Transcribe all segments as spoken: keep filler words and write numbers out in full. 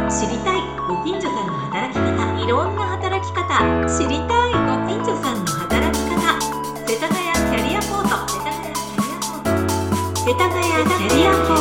知りたいご近所さんの働き方、いろんな働き方、知りたいご近所さんの働き方。世田谷キャリアポート、世田谷キャリアポート、世田谷キャリアポ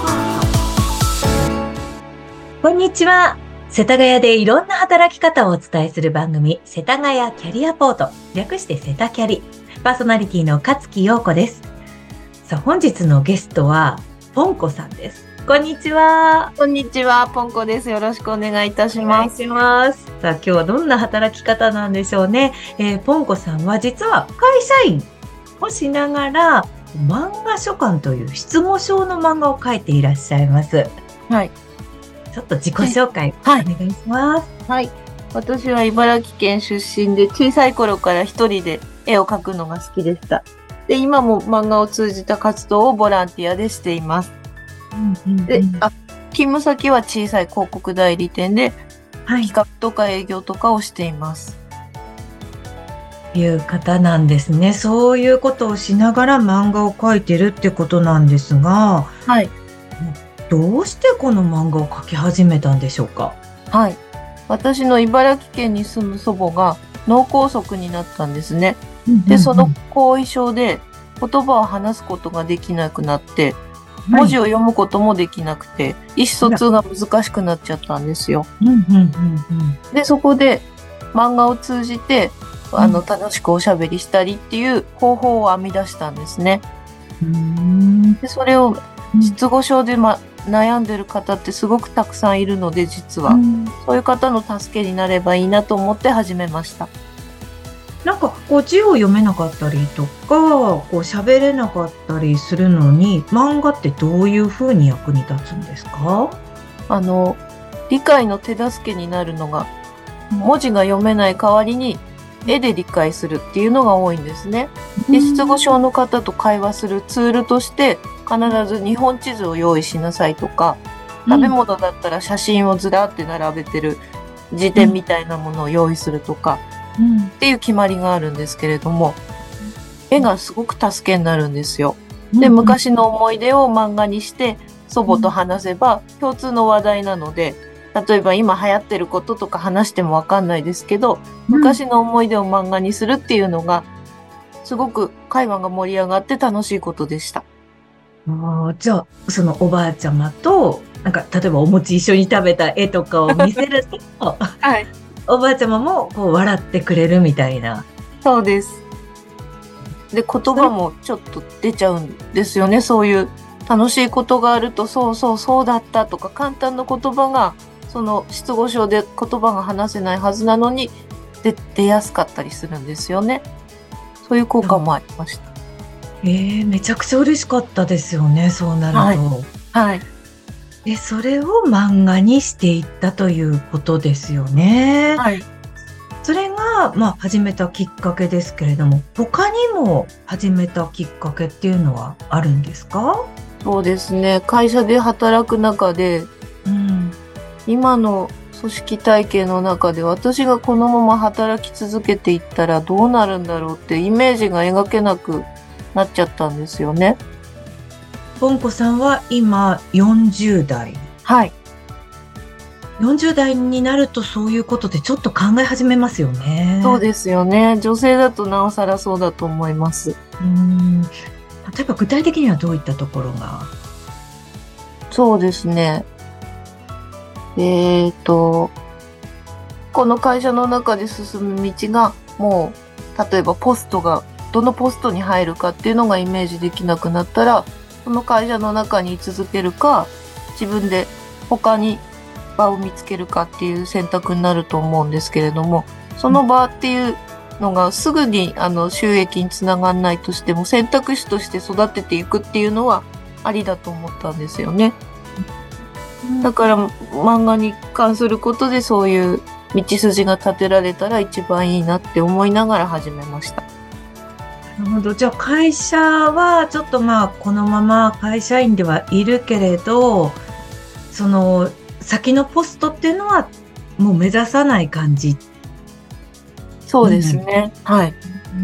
ート。こんにちは。世田谷でいろんな働き方をお伝えする番組、世田谷キャリアポート、略してセタキャリ。パーソナリティの勝木陽子です。さあ、本日のゲストはポンコさんです。こんにちは。 こんにちは、ポンコです。よろしくお願いいたします。 お願いします。さあ、今日はどんな働き方なんでしょうね。えー、ポンコさんは実は会社員をしながら漫画書館という失語症の漫画を描いていらっしゃいます。 はい。 ちょっと自己紹介、 はい、 お願いします。 はい。私は茨城県出身で、小さい頃から一人で絵を描くのが好きでした。で、今も漫画を通じた活動をボランティアでしています。 うんうんうん、 で、あ、勤務先は小さい広告代理店で、 はい、 企画とか営業とかをしています。 いう方なんですね。そういうことをしながら漫画を描いてるってことなんですが、 はい。 どうしてこの漫画を描き始めたんでしょうか？ はい。私の茨城県に住む祖母が脳梗塞になったんですね。で、その後遺症で言葉を話すことができなくなって、文字を読むこともできなくて、意思疎通が難しくなっちゃったんですよ。で、そこで漫画を通じて、あの、楽しくおしゃべりしたりっていう方法を編み出したんですね。で、それを失語症で、ま、悩んでる方ってすごくたくさんいるので、実は。そういう方の助けになればいいなと思って始めました。 なんかこう字を読めなかったりとか、こう喋れなかったりするのに、漫画ってどういうふうに役に立つんですか？ あの、理解の手助けになるのが、文字が読めない代わりに絵で理解するっていうのが多いんですね。で、失語症の方と会話するツールとして、必ず日本地図を用意しなさいとか、食べ物だったら写真をずらって並べてる辞典みたいなものを用意するとか、うん、っていう決まりがあるんですけれども、絵がすごく助けになるんですよ。で、昔の思い出を漫画にして祖母と話せば共通の話題なので、例えば今流行ってることとか話してもわかんないですけど、昔の思い出を漫画にするっていうのが、すごく会話が盛り上がって楽しいことでした。 あ、じゃあ、そのおばあちゃまと、なんか、例えばお餅一緒に食べた絵とかを見せると、はい、おばあちゃまもこう笑ってくれるみたいな。 そうです。で、言葉もちょっと出ちゃうんですよね。そういう楽しいことがあると、そうそうそうだったとか、簡単な言葉が、その失語症で言葉が話せないはずなのに、で出やすかったりするんですよね。そういう効果もありました。 えー、めちゃくちゃ嬉しかったですよね、そうなると。 はい。はい、 で、それを漫画にしていったということですよね。 はい。 それが、まあ、始めたきっかけですけれども、他にも始めたきっかけっていうのはあるんですか？ そうですね。会社で働く中で、うん、今の組織体系の中で私がこのまま働き続けていったらどうなるんだろうってイメージが描けなくなっちゃったんですよね。 ポンコさんは今よんじゅうだい。 はい。 よんじゅうだいになるとそういうことでちょっと考え始めますよね。 そうですよね。女性だとなおさらそうだと思います。 うーん。例えば具体的にはどういったところが？ そうですね。えっと、この会社の中で進む道がもう、例えばポストがどのポストに入るかっていうのがイメージできなくなったら、その会社の中に居続けるか、自分で他に場を見つけるかっていう選択になると思うんですけれども、その場っていうのがすぐにあの収益につながらないとしても、選択肢として育てていくっていうのはありだと思ったんですよね。だから漫画に関することでそういう道筋が立てられたら一番いいなって思いながら始めました。 なるほど。じゃあ会社はちょっとまあこのまま会社員ではいるけれど、その先のポストっていうのはもう目指さない感じ。 そうですね。はい。 うん、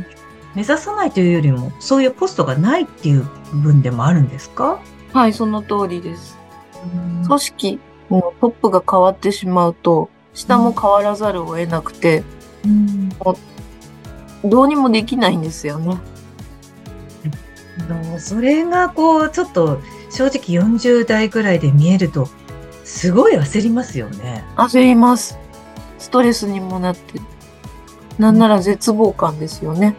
目指さないというよりもそういうポストがないっていう部分でもあるんですか？ はい、その通りです。組織もうトップが変わってしまうと、下も変わらざるを得なくて、 うん、 どうにもできないんですよね。 あのそれがこうちょっと正直よんじゅう代ぐらいで見えるとすごい焦りますよね。 焦ります。ストレスにもなって、なんなら絶望感ですよね。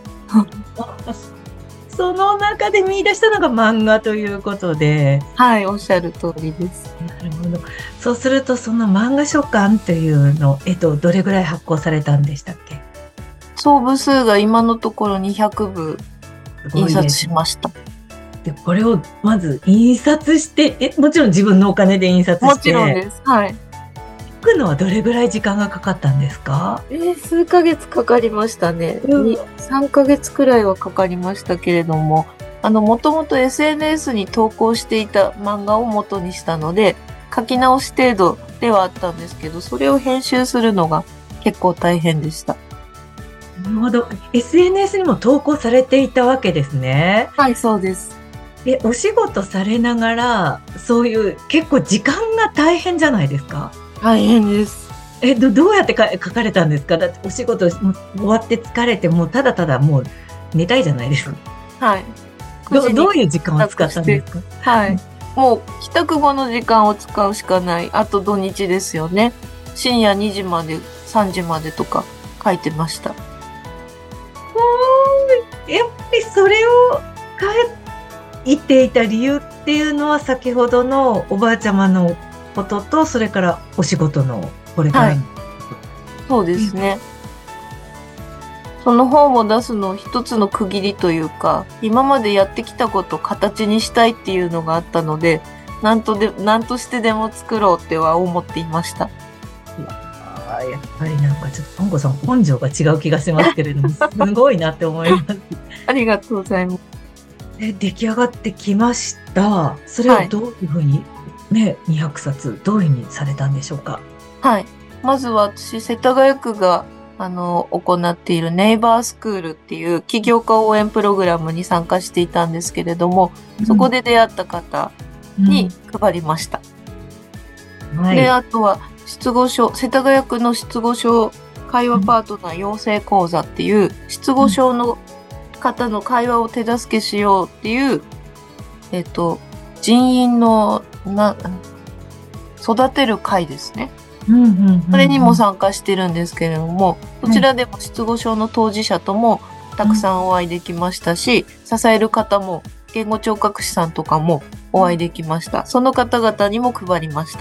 その中で見出したのが漫画ということで。 はい、おっしゃる通りです。 なるほど。そうするとその漫画書館というの、えっと、どれぐらい発行されたんでしたっけ？ 総部数が今のところにひゃく部印刷しました。 で、これをまず印刷して、え、もちろん自分のお金で印刷して。 もちろんです。はい。 書くのはどれぐらい時間がかかったんですか？ えー、数ヶ月かかりましたね。 うん、 さんかげつくらいはかかりましたけれども、あの、もともと エスエヌエス に投稿していた漫画を元にしたので、書き直し程度ではあったんですけど、それを編集するのが結構大変でした。 なるほど。エスエヌエス にも投稿されていたわけですね。 はい、そうです。 で、お仕事されながら、そういう結構時間が大変じゃないですか？ 大変です。 え、ど、どうやってか書かれたんですか？だってお仕事も終わって疲れて、もうただただもう寝たいじゃないですか。 はい。 ど、どういう時間を使ったんですか？ はい。もう帰宅後の時間を使うしかない。あと土日ですよね。深夜にじまで、さんじまでとか書いてました。 やっぱりそれを書いていた理由っていうのは先ほどのおばあちゃまのことと、それからお仕事のこれから、 はい、そうですね。その本を出すの一つの区切りというか、今までやってきたことを形にしたいっていうのがあったので、なんとで、なんとしてでも作ろうっては思っていました。 あ、やっぱりなんかちょっと、ポンコさん根性が違う気がしますけれども、すごいなって思います。 ありがとうございます。 で、出来上がってきました。それをどういうふうに、はい、ね、にひゃくさつ、どういうふうにされたんでしょうか？ はい。まずは私、世田谷区が、あの、行っているネイバースクールっていう起業家応援プログラムに参加していたんですけれども、うん、そこで出会った方に配りました。うん、はい、で、あとは、失語症、世田谷区の失語症会話パートナー養成講座っていう、失語症の方の会話を手助けしようっていう、えっと、人員の、な、育てる会ですね。それにも参加してるんですけれども、こちらでも失語症の当事者ともたくさんお会いできましたし、うん、支える方も、言語聴覚士さんとかもお会いできました。その方々にも配りました。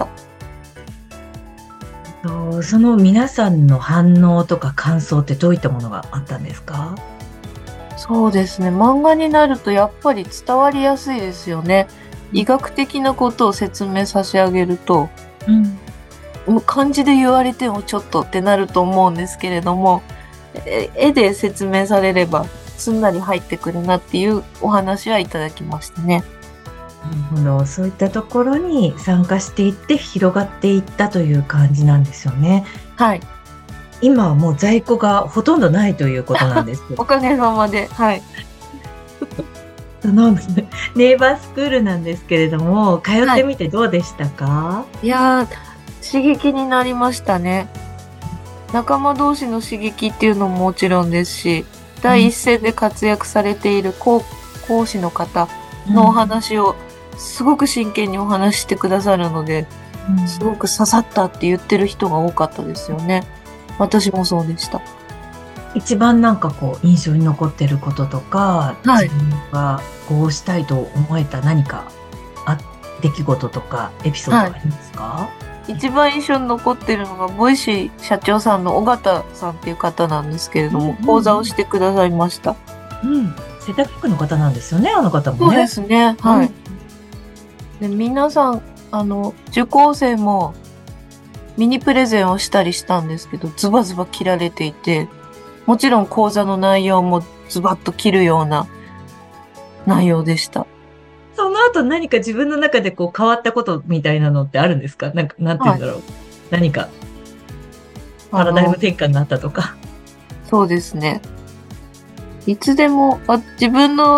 その皆さんの反応とか感想ってどういったものがあったんですか？ そうですね。漫画になるとやっぱり伝わりやすいですよね。医学的なことを説明差し上げると、うん、もう漢字で言われてもちょっとってなると思うんですけれども、絵で説明されればすんなり入ってくるなっていうお話はいただきましたね。 なるほど。そういったところに参加していって広がっていったという感じなんですよね。 はい。 今はもう在庫がほとんどないということなんですけど。 おかげさまで。はい。 そのネイバースクールなんですけれども、通ってみてどうでしたか？ はい、いやー、刺激になりましたね。仲間同士の刺激っていうのももちろんですし、第一線で活躍されている 講, 講師の方のお話をすごく真剣にお話してくださるので、うん、すごく刺さったって言ってる人が多かったですよね。私もそうでした。 一番なんかこう印象に残ってることとか、はい、自分がこうしたいと思えた何かあ出来事とかエピソードありますか？はい、 一番印象に残ってるのがボイシー社長さんの尾形さんっていう方なんですけれども、うんうん、講座をしてくださいました。 うん、世田谷区の方なんですよね、あの方もね。 そうですね。はい。うん、で皆さんあの受講生もミニプレゼンをしたりしたんですけど、ズバズバ切られていて、もちろん講座の内容もズバッと切るような内容でした。 その後何か自分の中でこう変わったことみたいなのってあるんですか？なんか、なんて言うんだろう。はい、何か、パラダイム転換があったとか。 そうですね。いつでも、あ自分の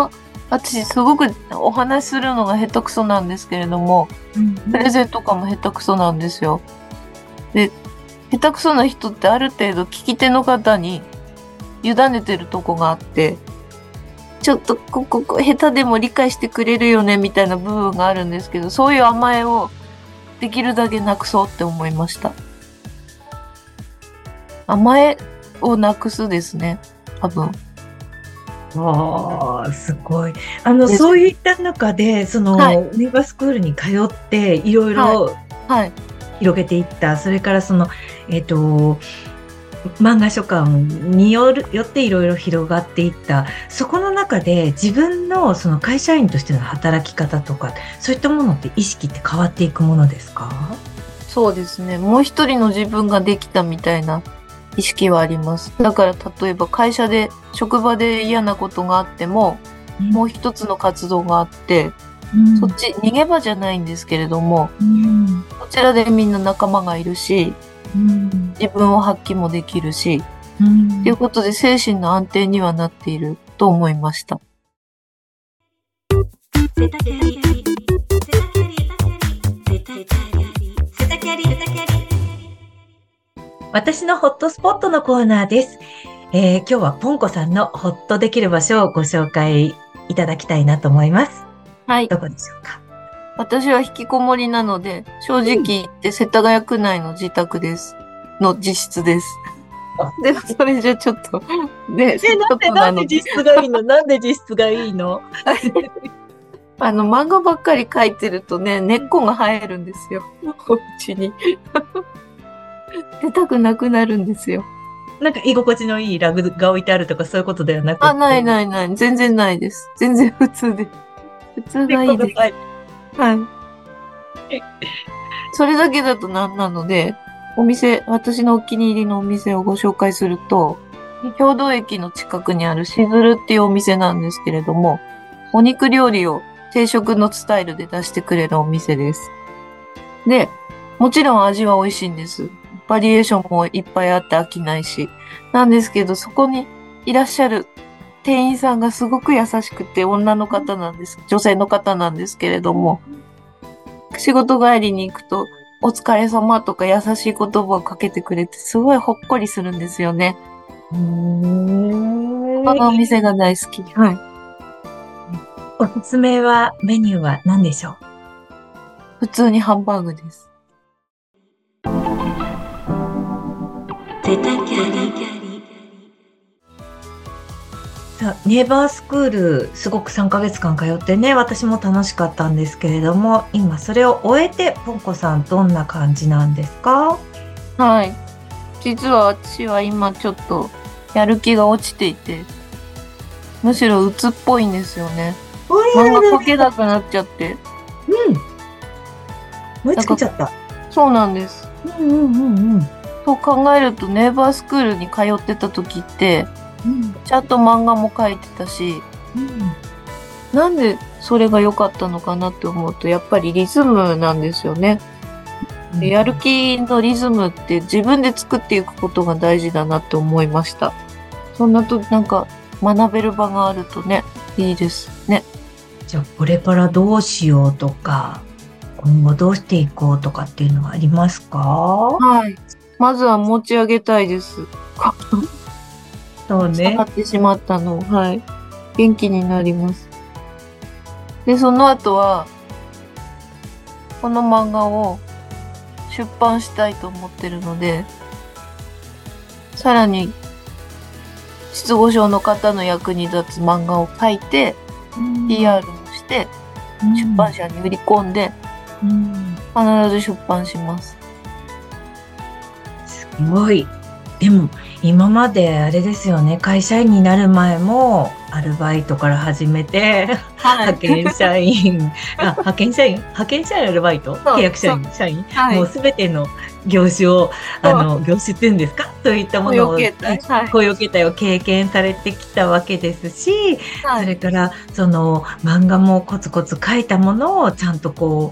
私すごくお話しするのが下手くそなんですけれども、プレゼンとかも下手くそなんですよ。で、下手くそな人ってある程度聞き手の方に委ねてるとこがあって、ちょっとこここ下手でも理解してくれるよねみたいな部分があるんですけど、そういう甘えをできるだけなくそうって思いました。甘えをなくすですね、多分。 ああ、すごい。あの、そういった中で、その、 はい、 ネイバースクールに通って、いろいろはい、 広げていった。それからその、えっと、漫画書館による、よっていろいろ広がっていった。そこの中で自分のその会社員としての働き方とか、そういったものって意識って変わっていくものですか？ そうですね。もう一人の自分ができたみたいな意識はあります。だから例えば会社で、職場で嫌なことがあっても、 うんもう一つの活動があって、 うんそっち逃げ場じゃないんですけれども、 うんこちらでみんな仲間がいるし、 うん自分を発揮もできるし、 うんということで精神の安定にはなっていると思いました。 セタキャリ、セタキャリ、セタキャリ、セタキャリ、セタキャリ。私のホットスポットのコーナーです。えー、今日はポンコさんのホッとできる場所をご紹介いただきたいなと思います。 はい。 どこでしょうか？ 私は引きこもりなので、正直言って世田谷区内の自宅です。の自室です。でもそれじゃちょっと、ね、 え、なんで、なんで自室がいいの？なんで自室がいいの？ あの、漫画ばっかり描いてるとね、根っこが生えるんですよ。お家に。出たくなくなるんですよ。 なんか居心地のいいラグが置いてあるとかそういうことではなくて。 あ、ないないない。全然ないです。全然普通です。普通がいいです。はい。それだけだとなんなので、お店、私のお気に入りのお店をご紹介すると、兵道駅の近くにあるしずるっていうお店なんですけれども、お肉料理を定食のスタイルで出してくれるお店です。で、もちろん味は美味しいんです。バリエーションもいっぱいあって飽きないし。なんですけど、そこにいらっしゃる店員さんがすごく優しくて女の方なんです。女性の方なんですけれども、仕事帰りに行くと、お疲れ様とか優しい言葉をかけてくれて、すごいほっこりするんですよね。 うーん。 このお店が大好き。はい。 おすすめは、メニューは何でしょう？ 普通にハンバーグです。 セタキャリ。さあ、ネイバースクール、すごくさんかげつかん通ってね、私も楽しかったんですけれども、今それを終えて、ポンコさんどんな感じなんですか？ はい。実は私は今ちょっとやる気が落ちていて、むしろ鬱っぽいんですよね。漫画描けなくなっちゃって。 うん。燃え尽きちゃった。 そうなんです。 うんうんうんうん。 そう考えると、ネイバースクールに通ってた時って、 うん、 ちゃんと漫画も描いてたし、 うん、 なんでそれが良かったのかなって思うと、やっぱりリズムなんですよね。 うん、 やる気のリズムって自分で作っていくことが大事だなって思いました。そんなと、なんか学べる場があるとね、いいですね。 じゃあこれからどうしようとか、今後どうしていこうとかっていうのはありますか？ はい。まずは持ち上げたいです。 そうね。 下がってしまったのを、はい。元気になります。で、その後は、この漫画を出版したいと思ってるので、さらに、失語症の方の役に立つ漫画を書いて、 うん、 ピーアール をして、出版社に売り込んで、 うん、 必ず出版します。 すごい。でも、今まであれですよね、会社員になる前も、アルバイトから始めて、はい、派遣社員、あ、派遣社員派遣社員アルバイト契約社員社員、はい、もうすべての業種を、あの、業種っていうんですか？そういったものを、雇用形態、はい、雇用形態を経験されてきたわけですし、はい、それから、その、漫画もコツコツ書いたものをちゃんとこう、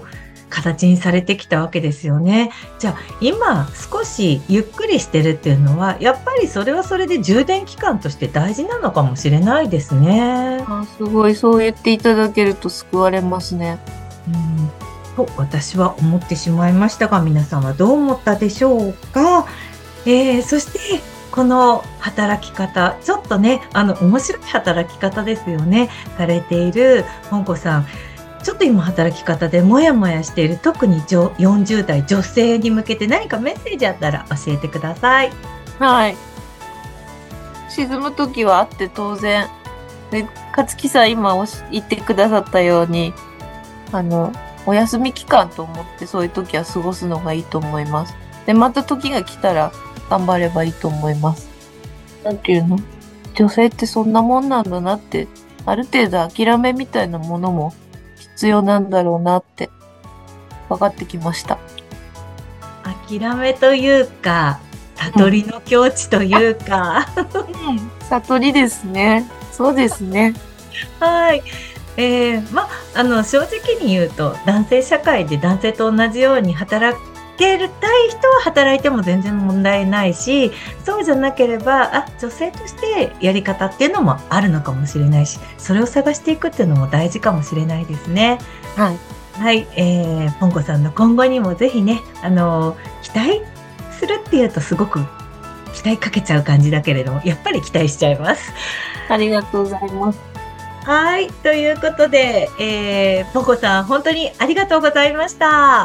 形にされてきたわけですよね。じゃあ今少しゆっくりしてるっていうのはやっぱりそれはそれで充電期間として大事なのかもしれないですね。 あ、すごい、そう言っていただけると救われますね。 うん、と私は思ってしまいましたが、皆さんはどう思ったでしょうか。えー、そしてこの働き方、ちょっとね、あの面白い働き方ですよね、されているポンコさん。ちょっと今働き方でモヤモヤしている、特によんじゅう代女性に向けて何かメッセージあったら教えてください。 はい。沈む時はあって当然。で、勝木さん今おし言ってくださったように、あの、お休み期間と思ってそういう時は過ごすのがいいと思います。で、また時が来たら頑張ればいいと思います。なんていうの？女性ってそんなもんなんだなって、ある程度諦めみたいなものも必要なんだろうなって分かってきました。 諦めというか、悟りの境地というか、 うん、悟りですね。そうですね。 はい。えー、ま、あの、正直に言うと、男性社会で男性と同じように働けたい人は働いても全然問題ないし、そうじゃなければ、あ、女性としてやり方っていうのもあるのかもしれないし、それを探していくっていうのも大事かもしれないですね。 はい。 はい。えー、ポンコさんの今後にもぜひね、あの、期待するっていうとすごく期待かけちゃう感じだけれども、やっぱり期待しちゃいます。 ありがとうございます。 はい。ということで、えー、ポコさん、本当にありがとうございました。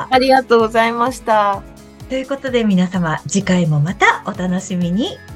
ありがとうございました。 ということで、皆様、次回もまたお楽しみに。